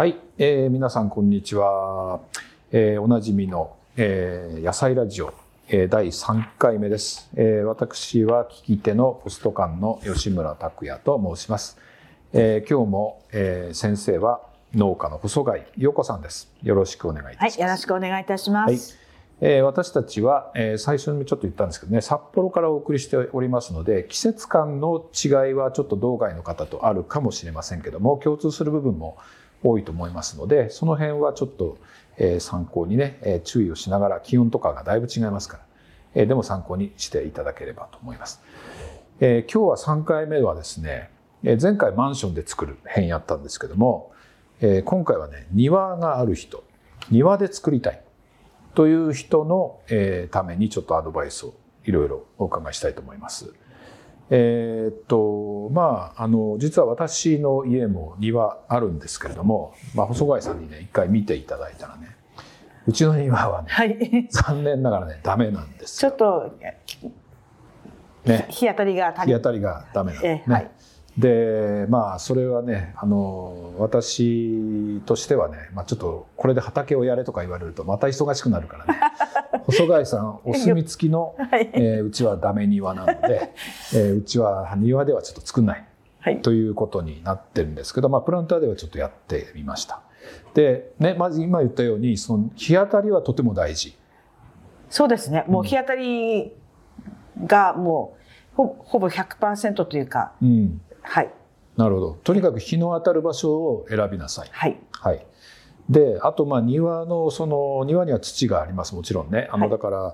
はい、皆さんこんにちは。おなじみの、野菜ラジオ、第3回目です。私は聞き手のポスト館の吉村拓也と申します。今日も、先生は農家の細貝陽子さんです。よろしくお願いいたします。 はい、よろしくお願いいたします。 はい、私たちは、最初にちょっと言ったんですけどね、札幌からお送りしておりますので、季節感の違いはちょっと道外の方とあるかもしれませんけども、共通する部分も多いと思いますので、その辺はちょっと、参考にね、注意をしながら、気温とかがだいぶ違いますから、でも参考にしていただければと思います。今日は3回目はですね、前回マンションで作る編やったんですけども、今回はね、庭がある人、庭で作りたいという人の、ためにちょっとアドバイスをいろいろお伺いしたいと思います。実は私の家も庭あるんですけれども、細貝さんにね、一回見ていただいたらね、うちの庭はね、はい、残念ながらね、ダメなんですよ。 ちょっと、ね、日当たりがダメなんですね。はい、で、それはね、私としてはね、ちょっとこれで畑をやれとか言われるとまた忙しくなるからね。細貝さんお墨付きの、うちはダメ庭なので、うちは庭ではちょっと作んない、はい、ということになってるんですけど、プランターではちょっとやってみました。で、ね、まず今言ったようにその日当たりはとても大事。 そうですね。もう日当たりがもうほぼ 100% というか、はい。 なるほど。とにかく日の当たる場所を選びなさい。 はい。 はい。で、あと庭には土があります。もちろんね。だから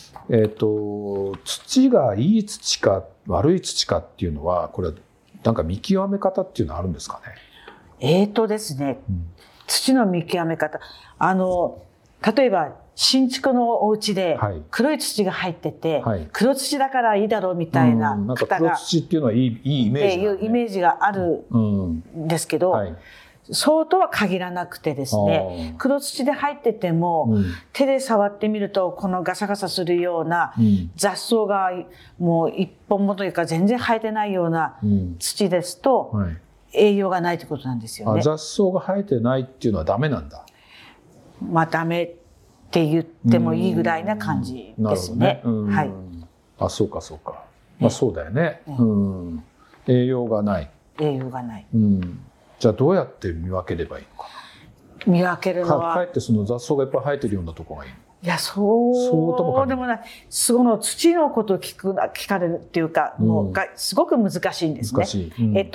土がいい土か悪い土かっていうのはこれなんか見極め方っていうのはあるんですかね。 ですね。土の見極め方。例えば新築のお家で黒い土が入ってて、黒土だからいいだろうみたいな方が、 なんか黒土っていうのはいいイメージっていうイメージがあるんですけど、そうとは限らなくてですね、黒土で入ってても、手で触ってみるとこのガサガサするような雑草がもう一本もというか全然生えてないような土ですと、栄養がないということなんですよね。 雑草が生えてないっていうのはダメなんだ。 ダメって言ってもいいぐらいな感じですね。はい。 そうかそうか。そうだよね。栄養がない。 栄養がない。 じゃあどうやって見分ければいいのかな。 見分けるのは。 かえってその雑草がいっぱい生えてるようなところがいいの。 いや、そうでもない。その土のことを聞かれるっていうか、もうすごく難しいんですね。 難しい。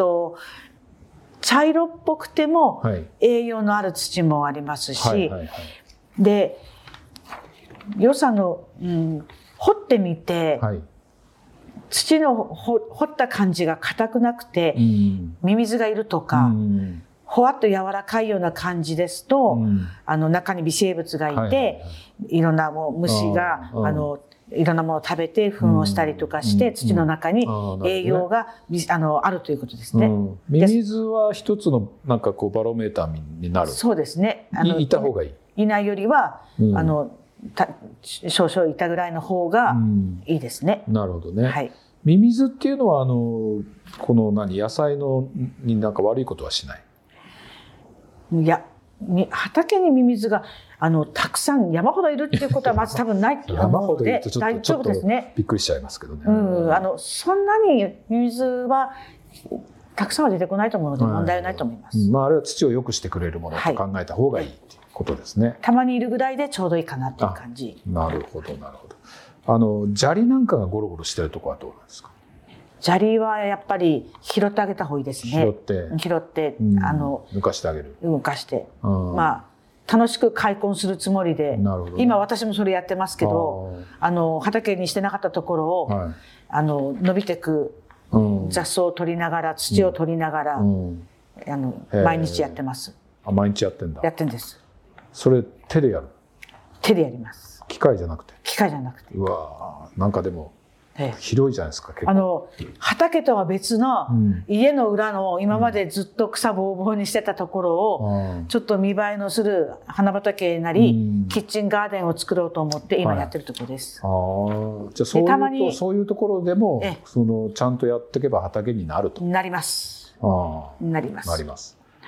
茶色っぽくても栄養のある土もありますし、で、予算の、掘ってみて、土の掘った感じが硬くなくて、ミミズがいるとか、ほわっと柔らかいような感じですと、中に微生物がいて、いろんな虫が、いろんなものを食べて糞をしたりとかして、土の中に栄養があるということですね。 ミミズは一つのなんかこうバロメーターになる。 そうですね。 いた方がいい。 いないよりは、少々いたぐらいの方がいいですね。 なるほどね。 はい。 ミミズっていうのはこの野菜になんか悪いことはしない。 いや、畑にミミズがたくさん山ほどいるっていうことはまず多分ないと思うので大丈夫ですね。 びっくりしちゃいますけどね。 そんなにミミズはたくさんは出てこないと思うので問題はないと思います。 あれは土を良くしてくれるものと考えた方がいいっていうことですね。 たまにいるぐらいでちょうどいいかなっていう感じ。 なるほどなるほど。砂利なんかがゴロゴロしてるところはどうなんですか。 砂利はやっぱり拾ってあげた方がいいですね。拾って抜かしてあげる。 抜かして、楽しく開墾するつもりで、今私もそれやってますけど、畑にしてなかったところを、伸びてく雑草を取りながら、土を取りながら、毎日やってます。 毎日やってんだ。 やってんです。 それ手でやる。 手でやります。 機械じゃなくて。 機械じゃなくて。 うわ、なんかでも。広いじゃないですか。結構畑とは別の家の裏の今までずっと草ぼうぼうにしてたところをちょっと見栄えのする花畑なりキッチンガーデンを作ろうと思って今やってるところです。 じゃあそういうところでもちゃんとやっていけば畑になると。 なります。なります。 なります。 はい。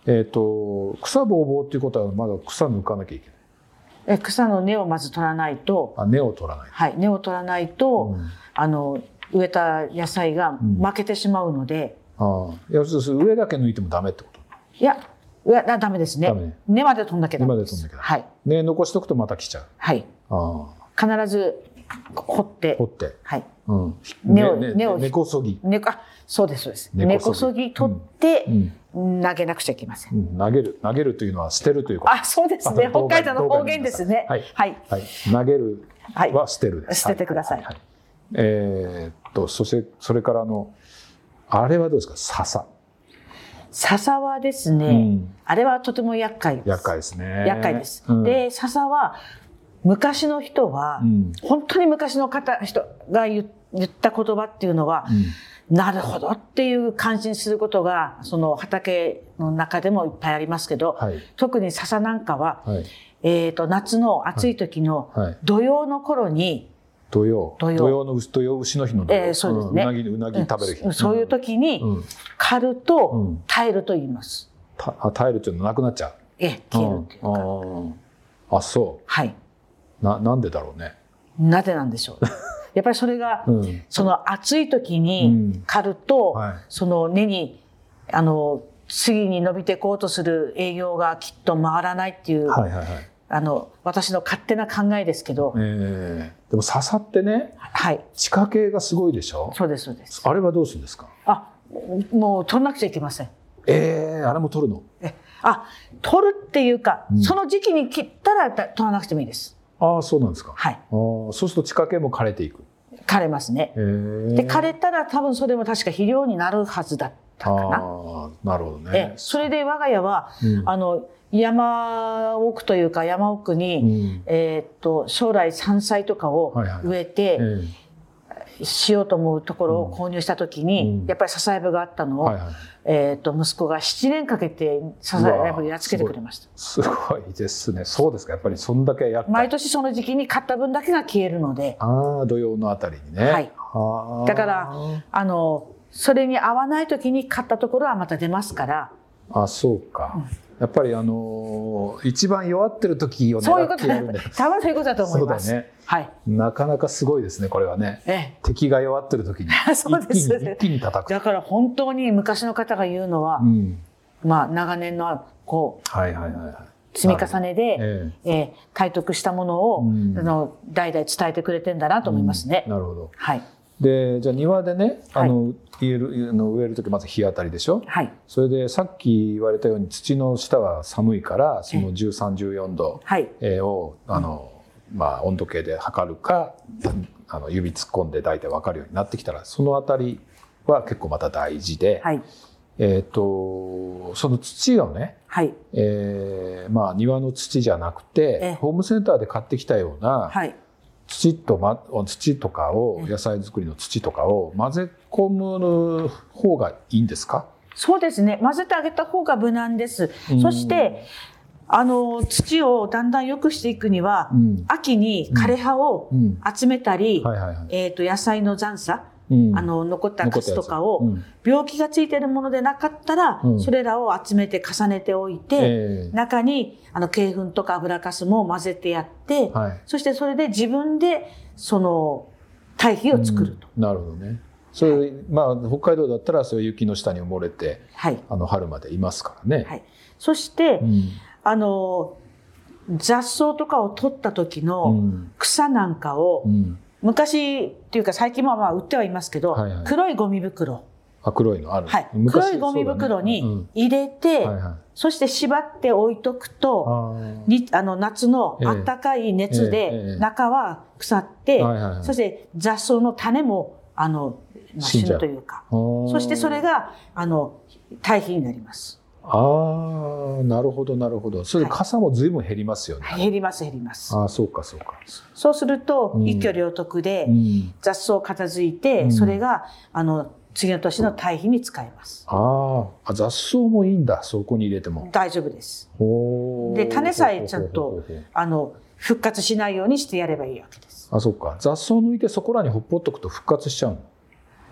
草ぼうぼうっていうことはまだ草抜かなきゃいけない。 草の根をまず取らないと。 根を取らない。 はい、根を取らないと、植えた野菜が負けてしまうので。 要するに上だけ抜いてもダメってこと？ いや、ダメですね。根まで取んなきゃダメです。はい。 根残しておくとまた来ちゃう。 はい。必ず掘って。はい。 根こそぎ。 そうですそうです。根こそぎ取って投げなくちゃいけません。 投げるというのは捨てるということ。 そうですね。北海道の方言ですね。はい。 投げるは捨てるです。 捨ててください。 それからあれはどうですか？ 笹はですね、あれはとても厄介です。 厄介ですね。 厄介です。で、笹は昔の人は、本当に昔の人が言った言葉っていうのは、なるほどっていう感心することがその畑の中でもいっぱいありますけど、特に笹なんかは、夏の暑い時の土用の頃に、 土用牛の日の土用、 そうですね。 うなぎ食べる日、 そういう時に刈ると耐えると言います。 耐えるっていうのはなくなっちゃう。 消えるっていうか。 そう。 はい。 なんでだろうね。 なぜなんでしょう。やっぱりそれが、その暑い時に刈ると、その根に次に伸びていこうとする栄養がきっと回らないっていう。私の勝手な考えですけど。 でも笹ってね、地下茎がすごいでしょ。 そうですそうです。 あれはどうするんですか？ もう取らなくちゃいけません。あれも取るの？ 取るっていうか、その時期に切ったら取らなくてもいいです。 そうなんですか。 はい。 そうすると地下茎も枯れていく。 枯れますね。で枯れたら多分それも確か肥料になるはずだったかな。 なるほどね。 それで我が家は、山奥というか山奥に、将来山菜とかを植えて、しようと思うところを購入した時に、やっぱり笹やぶがあったのを、息子が7年かけて笹やぶをやっつけてくれました。 すごいですね。そうですか。やっぱりそんだけやった。 毎年その時期に買った分だけが消えるので。 土曜のあたりにね。 はい。だからそれに合わない時に買ったところはまた出ますから。 そうか。やっぱり一番弱ってる時を狙ってやるんで。 多分そういうことだと思います。 そうだね。 はい。 なかなかすごいですね、これはね。敵が弱ってる時に一気に叩く。 だから本当に昔の方が言うのは、長年の積み重ねで体得したものを代々伝えてくれてんだなと思いますね。 なるほど。 はい。 でじゃあ庭でね植える時まず日当たりでしょ。 はい。 それでさっき言われたように土の下は寒いからその13、14度を温度計で測るか指突っ込んで大体分かるようになってきたらそのあたりは結構また大事で、その土をね、庭の土じゃなくてホームセンターで買ってきたような土とかを野菜作りの土とかを混ぜ込む方がいいんですか？ そうですね。混ぜてあげた方が無難です。そして土をだんだん良くしていくには、秋に枯れ葉を集めたり、野菜の残渣、残ったカスとかを、病気がついているものでなかったら、それらを集めて重ねておいて、中に鶏粉とか油かすも混ぜてやって、そしてそれで自分でその堆肥を作ると。 なるほどね。それ北海道だったらそういう雪の下に埋もれて、春までいますからね。 そして、雑草とかを取った時の草なんかを、昔っていうか最近も売ってはいますけど、黒いゴミ袋。 黒いのある。 黒いゴミ袋に入れて、そして縛って置いとくと、夏の暖かい熱で中は腐って、そして雑草の種も死ぬというか、そしてそれが堆肥になります。 なるほどなるほど。それで傘も随分減りますよね。 減ります減ります。 そうかそうか。 そうすると一挙両得で雑草を片付いて、それが次の年の堆肥に使えます。 雑草もいいんだ。そこに入れても大丈夫です。で種さえちゃんと復活しないようにしてやればいいわけです。 そうか。雑草抜いてそこらにほっぽっとくと復活しちゃうの？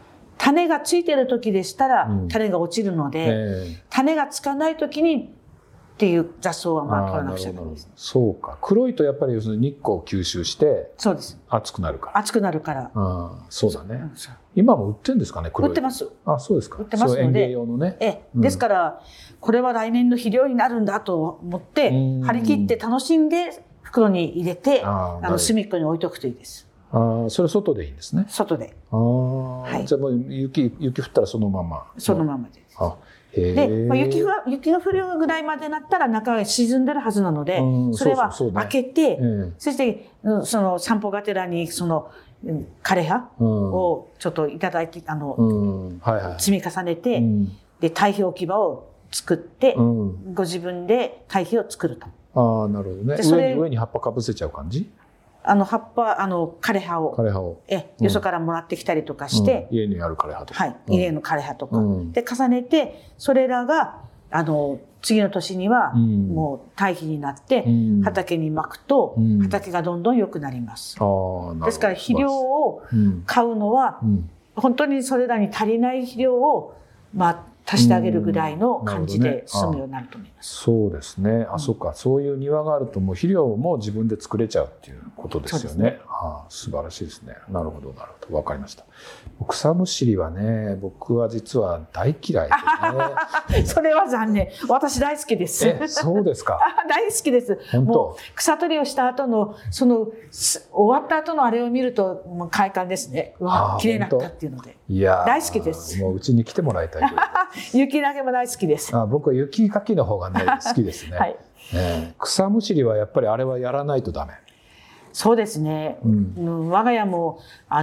種がついてる時でしたら種が落ちるので、種がつかない時にっていう雑草は取らなくちゃダメです。 そうか。黒いとやっぱり要するに日光を吸収してそうです。 熱くなるから。 熱くなるから。 そうだね。今も売ってるんですかね、黒い。 売ってます。 そうですか。 売ってますので。 園芸用のね。 ですからこれは来年の肥料になるんだと思って張り切って楽しんで袋に入れて隅っこに置いとくといいです。 それ外でいいんですね。 外で。 じゃあもう雪降ったらそのまま。 そのままです。で、雪が降るぐらいまでなったら中が沈んでるはずなので、それは開けて、そしてその散歩がてらにその枯葉をちょっといただいて積み重ねて、で堆肥置き場を作って、ご自分で堆肥を作ると。 なるほどね。上に葉っぱかぶせちゃう感じ？ 葉っぱ枯葉をよそからもらってきたりとかして、 家にある枯葉とか、 家の枯葉とかで重ねて、それらが次の年にはもう堆肥になって畑にまくと畑がどんどん良くなります。ですから肥料を買うのは本当にそれらに足りない肥料を足してあげるぐらいの感じで済むようになると思います。 そうですね。そうか。そういう庭があるともう肥料も自分で作れちゃうっていうことですよね。素晴らしいですね。なるほどなるほど。わかりました。草むしりはね、僕は実は大嫌いでね。それは残念。私大好きです。 そうですか。 大好きです。もう草取りをした後のその終わった後のあれを見るともう快感ですね。綺麗になったっていうので。大好きです。 もううちに来てもらいたい。 雪投げも大好きです。 僕は雪かきの方がね好きですね。草むしりはやっぱりあれはやらないとダメ。 そうですね。我が家も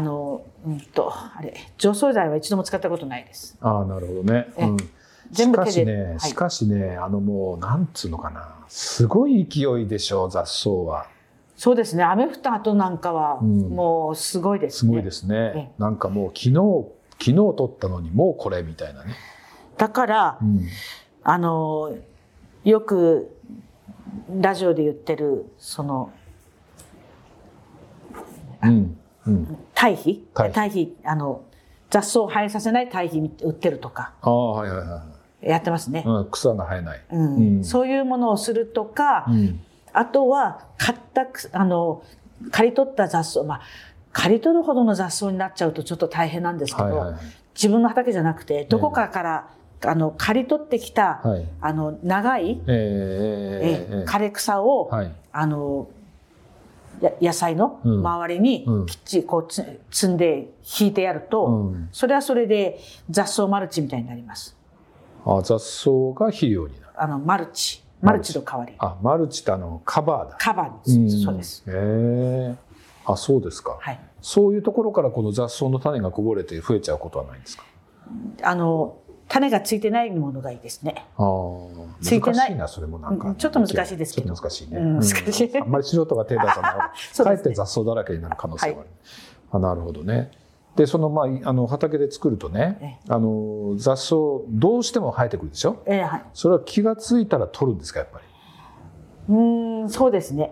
除草剤は一度も使ったことないです。 なるほどね。全部手で。しかしね、もうなんつうのかな、すごい勢いでしょ、雑草は。 そうですね。雨降った後なんかはもうすごいですね。 すごいですね。なんかもう昨日取ったのにもうこれみたいなね。 だから、よくラジオで言ってるその堆肥雑草を生えさせない堆肥売ってるとかやってますね。 草が生えない、 そういうものをするとか、あとは刈り取った雑草、刈り取るほどの雑草になっちゃうとちょっだけなんですけど、自分の畑じゃなくてどこかから刈り取ってきた、長い、枯れ草を、野菜の周りにきっちりこう積んで引いてやると、それはそれで雑草マルチみたいになります。 雑草が肥料になる。 マルチの代わり。 マルチってカバーだ。 カバーです。そうです。 そうですか。そういうところからこの雑草の種がこぼれて増えちゃうことはないんですか？ 種がついてないものがいいですね。 ついてない。難しいな、それもなんか。 ちょっと難しいですけど。 ちょっと難しいね。難しい。あんまり素人が手出さない。かえって雑草だらけになる可能性がある。なるほどね。で、その畑で作るとね、雑草どうしても生えてくるでしょ？それは気がついたら取るんですか、やっぱり。 そうですね。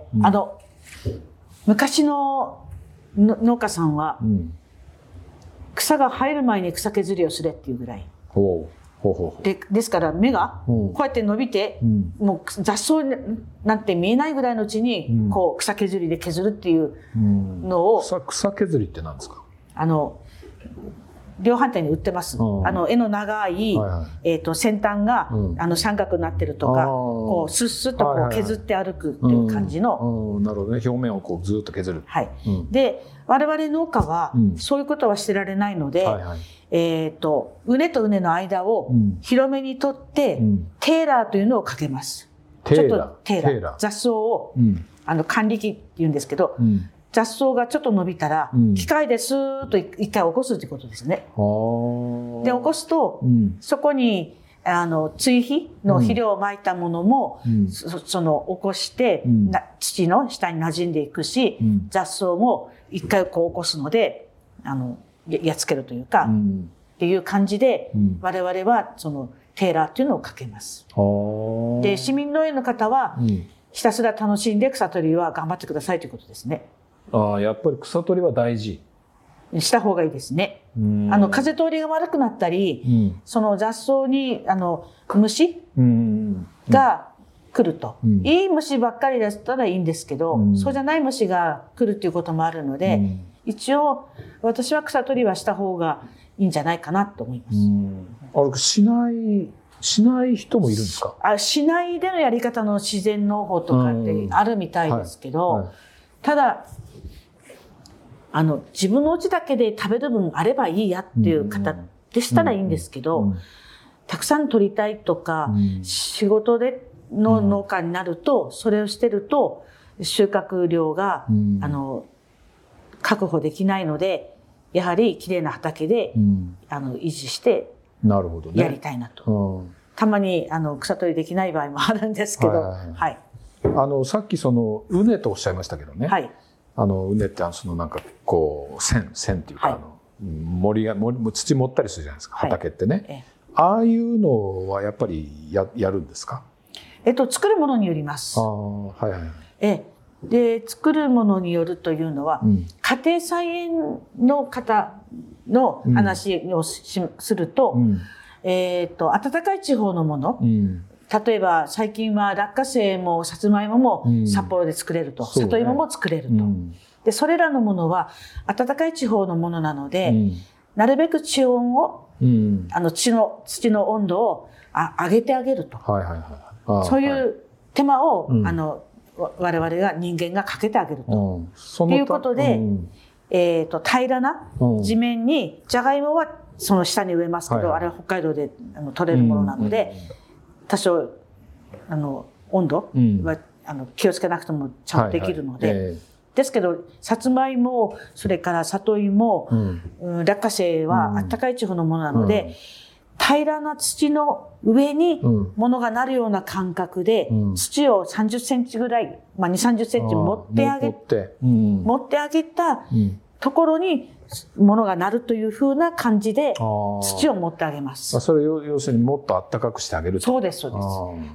昔の農家さんは、草が生える前に草削りをすれっていうぐらい。ですから芽がこうやって伸びて、もう雑草なんて見えないぐらいのうちにこう草削りで削るっていうのを。 草削りって何ですか？ 量販店に売ってます。柄の長い、先端が三角になってるとか、こうスッスッとこう削って歩くっていう感じの。 なるほどね。表面をこうずっと削る。 で我々農家はそういうことはしてられないので、畝と畝の間を広めに取って、テーラーというのをかけます。 テーラー。雑草を管理機って言うんですけど。雑草がちょっと伸びたら、機械でスーッと一回起こすということですね。で起こすと、そこに追肥の肥料をまいたものも、起こして、土の下に馴染んでいくし、雑草も一回こう起こすのでやっつけるというか、っていう感じで、我々はそのテーラーっていうのをかけます。で市民農園の方は、ひたすら楽しんで草取りは頑張ってくださいということですね。 やっぱり草取りは大事した方がいいですね。 風通りが悪くなったり、その雑草に虫が来ると、いい虫ばっかりだったらいいんですけど、そうじゃない虫が来るっていうこともあるので、一応私は草取りはした方がいいんじゃないかなと思います。 しない人もいるんですか？ しないでのやり方の自然農法とかってあるみたいですけど、ただ自分の家だけで食べる分あればいいやっていう方でしたらいいんですけど、たくさん取りたいとか、仕事での農家になると、それをしてると収穫量が、確保できないので、やはりきれいな畑で、維持してやりたいなと。たまに草取りできない場合もあるんですけど、 さっき畝とおっしゃいましたけどね、畝ってなんかこう線っていうか、土盛ったりするじゃないですか、畑ってね。ああいうのはやっぱりやるんですか？ 作るものによります。で、作るものによるというのは、家庭菜園の方の話をすると、暖かい地方のもの、例えば最近は落花生もさつまいもも札幌で作れると、里芋も作れると。で、それらのものは暖かい地方のものなので、なるべく地温を、土の温度を上げてあげると。そういう手間を、我々が人間がかけてあげると。ということで、平らな地面に、じゃがいもはその下に植えますけど、あれは北海道で取れるものなので、多少、温度は、気をつけなくてもちゃんとできるので。ですけど、さつまいも、それから里芋、落花生は暖かい地方のものなので、平らな土の上に物がなるような感覚で、土を30センチぐらい、2、30センチ持ってあげたところに物がなるというふうな感じで土を持ってあげます。 それを要するにもっと暖かくしてあげると。 そうです、そうです。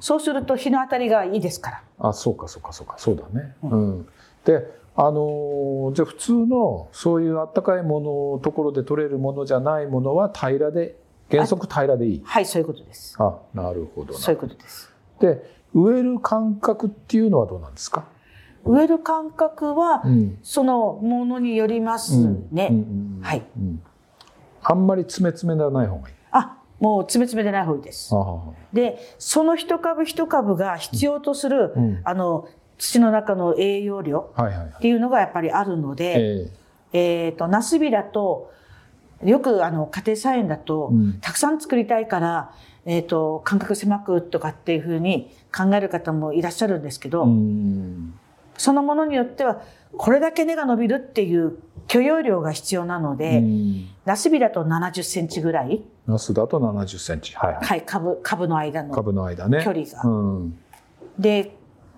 そうすると日の当たりがいいですから。 そうか、そうだね。で、じゃあ普通のそういう暖かいものところで取れるものじゃないものは原則平らでいい。 はい、そういうことです。 なるほど。 そういうことです。 で、植える間隔っていうのはどうなんですか？ 植える間隔は、そのものによりますね。はい。 あんまり詰めでない方がいい。 もう詰めでない方がいいです。で、その一株一株が必要とする、土の中の栄養量っていうのがやっぱりあるので、ナスビだと、よく家庭菜園だと、たくさん作りたいから、間隔狭くとかっていうふうに考える方もいらっしゃるんですけど、そのものによっては、これだけ根が伸びるっていう許容量が必要なので、ナスビだと70センチぐらい。 ナスだと70センチ。はい。 株の間の距離が。で、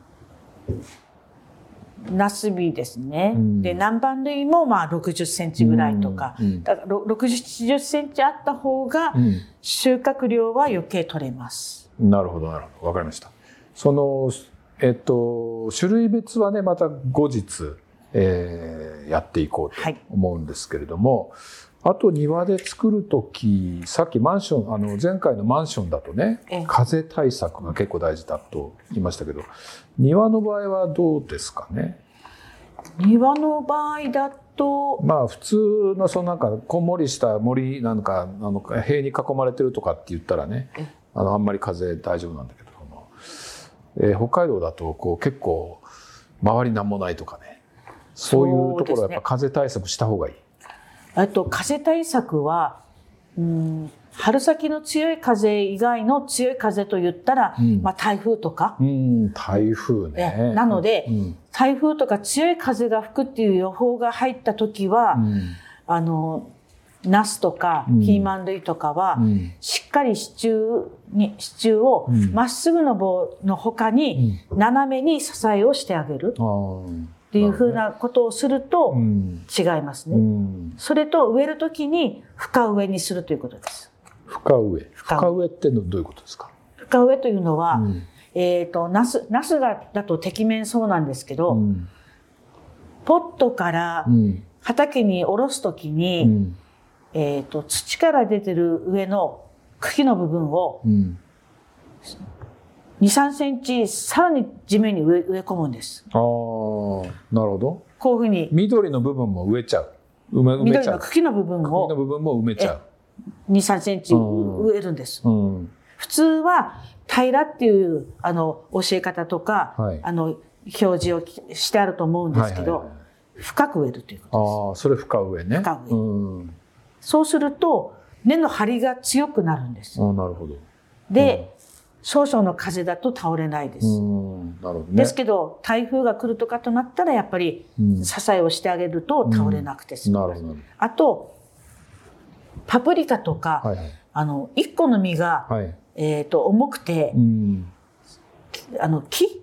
ナスビですね。で、南蛮類も60センチぐらいとか、だから60、70センチあった方が収穫量は余計取れます。 なるほど。わかりました。種類別はね、また後日、やっていこうと思うんですけれども、あと庭で作るとき、さっきマンション、前回のマンションだとね、風対策が結構大事だと言いましたけど、庭の場合はどうですかね？ 庭の場合だと、 普通のなんかこんもりした森なんか塀に囲まれてるとかって言ったらね、あんまり風大丈夫なんだけど、北海道だと結構周りなんもないとかね、そういうところはやっぱ風対策した方がいい。 風対策は、春先の強い風以外の強い風と言ったら、台風とか。 台風ね。 なので、台風とか強い風が吹くっていう予報が入った時は、ナスとかピーマン類とかは、しっかり支柱をまっすぐの棒の他に斜めに支えをしてあげる。っていうふうなことをすると違いますね。それと植えるときに深植えにするということです。 深植えってどういうことですか？ 深植えというのは、ナスだとてきめんそうなんですけど、ポットから畑に下ろすときに、 土から出てる上の茎の部分を2、3センチさらに地面に植え込むんです。 ああ、なるほど。 こういうふうに緑の部分も植えちゃう。 緑の茎の部分を埋めちゃう。 2、3センチ植えるんです。普通は平らっていう教え方とか、表示をしてあると思うんですけど、深く植えるということです。 ああ、それ深植えね。 深植え。そうすると根の張りが強くなるんです。 なるほど。 で、少々の風だと倒れないです。 なるほどね。 ですけど台風が来るとかとなったらやっぱり支えをしてあげると倒れなくて済みます。あとパプリカとか、1個の実が、重くて、木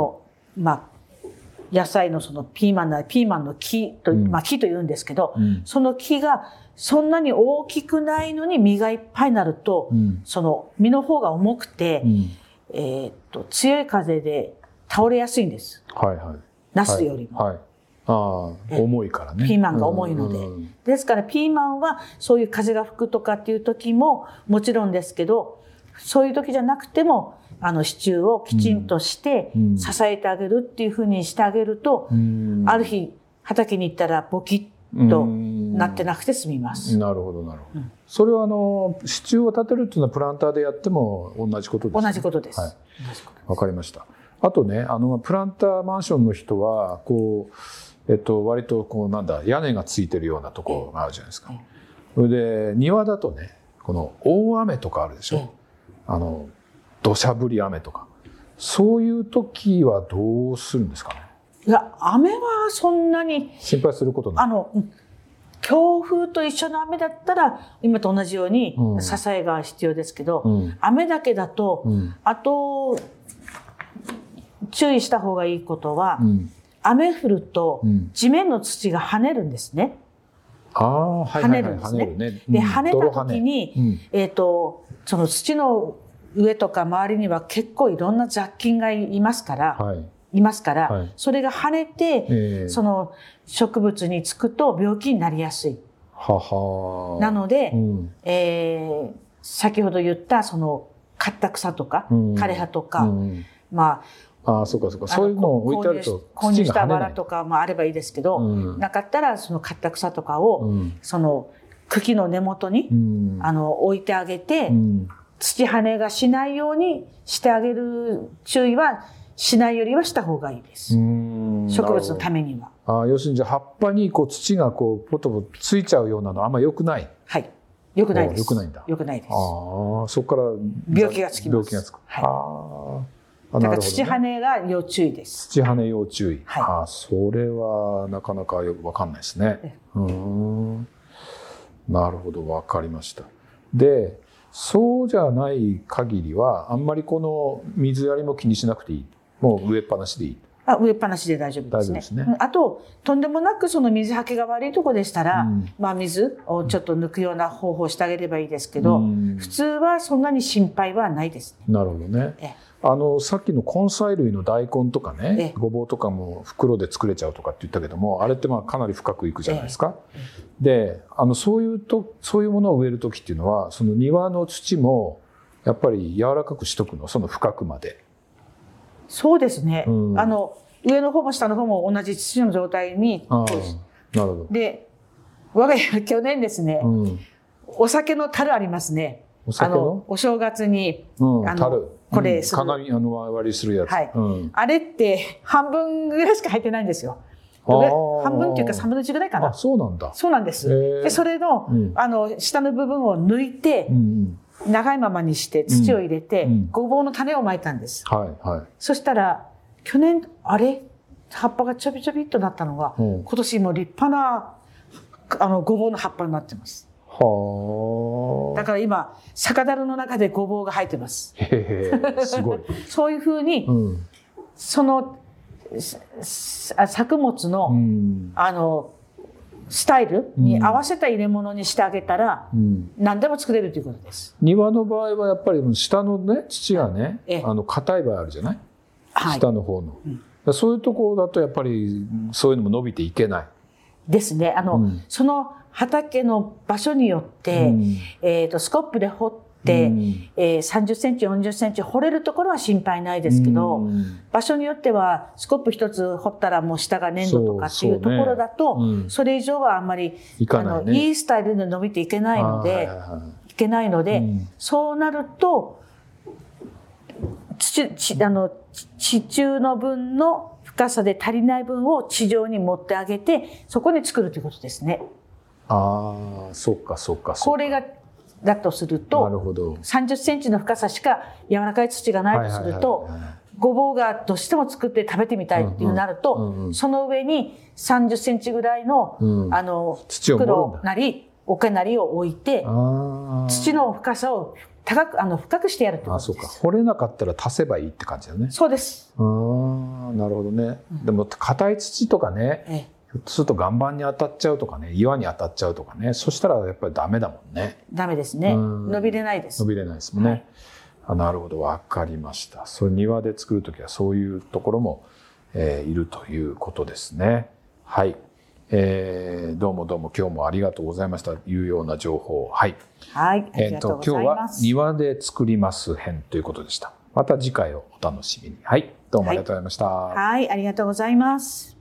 野菜のそのピーマンの木と、木と言うんですけど、その木がそんなに大きくないのに実がいっぱいになると、その実の方が重くて、強い風で倒れやすいんです。ナスよりも。 重いからね。 ピーマンが重いので。ですからピーマンはそういう風が吹くとかっていう時ももちろんですけど、そういう時じゃなくても支柱をきちんとして支えてあげるっていうふうにしてあげると、ある日畑に行ったらボキッとなってなくて済みます。 なるほどなるほど。それは支柱を立てるっていうのはプランターでやっても同じことですね。 同じことです。 わかりました。あとね、プランターマンションの人はこう割と屋根がついてるようなところがあるじゃないですか。それで庭だとね、この大雨とかあるでしょ。土砂降り雨とか、そういう時はどうするんですかね。 いや、雨はそんなに心配することない。 強風と一緒の雨だったら今と同じように支えが必要ですけど、雨だけだと、あと注意した方がいいことは、雨降ると地面の土が跳ねるんですね。跳ねるんですね。で、跳ねた時に、その土の上とか周りには結構いろんな雑菌がいますから、それが跳ねて、その植物につくと病気になりやすい。なので、先ほど言ったその刈った草とか枯れ葉とか、 そうかそうか、そういうのを置いてあると購入したバラとかもあればいいですけど、なかったらその刈った草とかを、その茎の根元に、置いてあげて、土跳ねがしないようにしてあげる注意はしないよりはした方がいいです。植物のためには。 要するにじゃあ葉っぱに土がポトポトついちゃうようなのはあんまり良くない。 はい。良くないです。 良くないんだ。 良くないです。 そこから病気がつきます。 病気がつく。 だから土跳ねが要注意です。 土跳ね要注意。それはなかなかよくわかんないですね。なるほど、わかりました。で、そうじゃない限りはあんまりこの水やりも気にしなくていい。もう植えっぱなしでいい。 植えっぱなしで大丈夫ですね。あととんでもなくその水はけが悪いところでしたら、水をちょっと抜くような方法をしてあげればいいですけど、普通はそんなに心配はないですね。 なるほどね。さっきの根菜類の大根とかね、ごぼうとかも袋で作れちゃうとかって言ったけども、あれってかなり深くいくじゃないですか。で、そういうものを植える時っていうのは、その庭の土もやっぱり柔らかくしとくの、その深くまで。 そうですね。上の方も下の方も同じ土の状態に。 なるほど。 で、我が家は去年ですね、お酒の樽ありますね。お正月に、 樽。 これ鏡割りするやつ。 あれって半分ぐらいしか入ってないんですよ。半分っていうか3分の1ぐらいかな。 そうなんだ。 そうなんです。で、それの、下の部分を抜いて、長いままにして土を入れて、ごぼうの種をまいたんです。そしたら、去年、葉っぱがちょびちょびっとなったのが、今年も立派な、ごぼうの葉っぱになってます。だから今、酒樽の中でごぼうが生えてます。 すごい。 そういうふうに、その、作物の、スタイルに合わせた入れ物にしてあげたら、何でも作れるということです。 庭の場合はやっぱり下のね、土がね、硬い場合あるじゃない？下の方そういうところだとやっぱりそういうのも伸びていけない。 ですね。その畑の場所によって、スコップで掘って、30センチ、40センチ掘れるところは心配ないですけど、場所によってはスコップ一つ掘ったらもう下が粘土とかっていうところだと、それ以上はあんまりいいスタイルで伸びていけないので、そうなると地中の分の深さで足りない分を地上に持ってあげて、そこに作るということですね。 そうかそうか。 これがだとすると、30センチの深さしか柔らかい土がないとすると、ごぼうがどうしても作って食べてみたいっていうなると、その上に30センチぐらいの、袋なり桶なりを置いて、土の深さを深くしてやるってことです。 掘れなかったら足せばいいって感じだね。 そうです。 なるほどね。でも硬い土とかね、ひょっとすると岩盤に当たっちゃうとかね、岩に当たっちゃうとかね、そしたらやっぱりダメだもんね。 ダメですね。伸びれないです。 伸びれないですもんね。なるほど、わかりました。それ庭で作るときはそういうところも、いるということですね。はい。どうも今日もありがとうございましたいうような情報。はい。 はい。ありがとうございます。 今日は庭で作ります編ということでした。また次回をお楽しみに。はい。どうもありがとうございました。 はい、ありがとうございます。